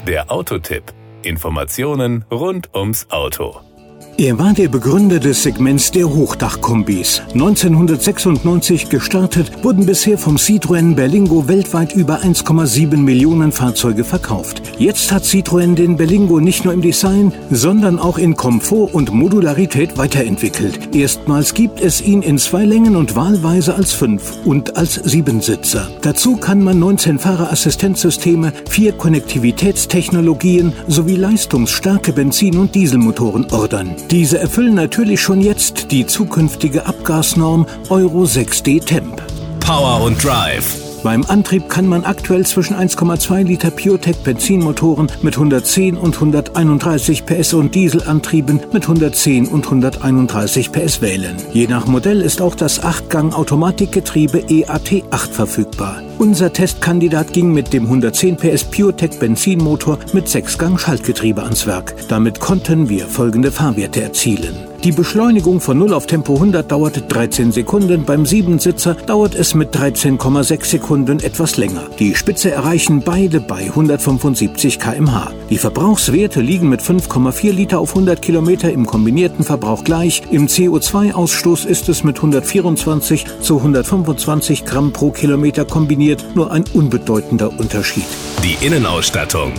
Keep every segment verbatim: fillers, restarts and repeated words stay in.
Der Autotipp. Informationen rund ums Auto. Er war der Begründer des Segments der Hochdachkombis. neunzehnhundertsechsundneunzig gestartet, wurden bisher vom Citroën Berlingo weltweit über eins Komma sieben Millionen Fahrzeuge verkauft. Jetzt hat Citroën den Berlingo nicht nur im Design, sondern auch in Komfort und Modularität weiterentwickelt. Erstmals gibt es ihn in zwei Längen und wahlweise als fünf und als Siebensitzer. Dazu kann man neunzehn Fahrerassistenzsysteme, vier Konnektivitätstechnologien sowie leistungsstarke Benzin- und Dieselmotoren ordern. Diese erfüllen natürlich schon jetzt die zukünftige Abgasnorm Euro sechs D Temp. Power und Drive. Beim Antrieb kann man aktuell zwischen eins Komma zwei Liter PureTech Benzinmotoren mit hundertzehn und hunderteinunddreißig P S und Dieselantrieben mit hundertzehn und hunderteinunddreißig P S wählen. Je nach Modell ist auch das acht Gang Automatikgetriebe E A T acht verfügbar. Unser Testkandidat ging mit dem hundertzehn P S PureTech Benzinmotor mit sechs Gang Schaltgetriebe ans Werk. Damit konnten wir folgende Fahrwerte erzielen. Die Beschleunigung von null auf Tempo hundert dauert dreizehn Sekunden, beim Siebensitzer dauert es mit dreizehn Komma sechs Sekunden etwas länger. Die Spitze erreichen beide bei hundertfünfundsiebzig Kilometer pro Stunde. Die Verbrauchswerte liegen mit fünf Komma vier Liter auf hundert Kilometer im kombinierten Verbrauch gleich. Im C O zwei Ausstoß ist es mit hundertvierundzwanzig zu hundertfünfundzwanzig Gramm pro Kilometer kombiniert nur ein unbedeutender Unterschied. Die Innenausstattung.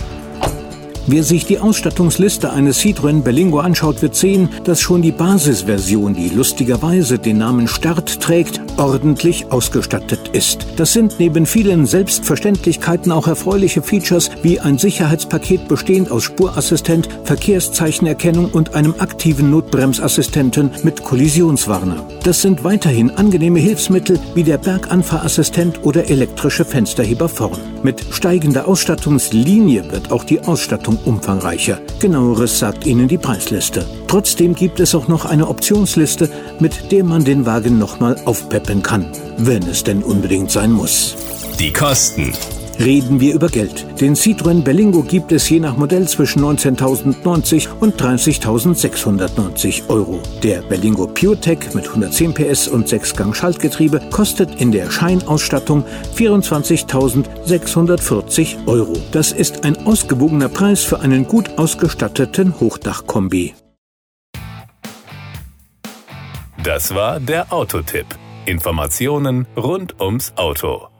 Wer sich die Ausstattungsliste eines Citroën Berlingo anschaut, wird sehen, dass schon die Basisversion, die lustigerweise den Namen Start trägt, ordentlich ausgestattet ist. Das sind neben vielen Selbstverständlichkeiten auch erfreuliche Features wie ein Sicherheitspaket bestehend aus Spurassistent, Verkehrszeichenerkennung und einem aktiven Notbremsassistenten mit Kollisionswarner. Das sind weiterhin angenehme Hilfsmittel wie der Berganfahrassistent oder elektrische Fensterheber vorn. Mit steigender Ausstattungslinie wird auch die Ausstattung umfangreicher. Genaueres sagt Ihnen die Preisliste. Trotzdem gibt es auch noch eine Optionsliste, mit der man den Wagen nochmal aufpeppen kann, wenn es denn unbedingt sein muss. Die Kosten. Reden wir über Geld. Den Citroën Berlingo gibt es je nach Modell zwischen neunzehntausendneunzig und dreißigtausendsechshundertneunzig Euro. Der Berlingo PureTech mit hundertzehn P S und sechs Gang Schaltgetriebe kostet in der Scheinausstattung vierundzwanzigtausendsechshundertvierzig Euro. Das ist ein ausgewogener Preis für einen gut ausgestatteten Hochdachkombi. Das war der Autotipp. Informationen rund ums Auto.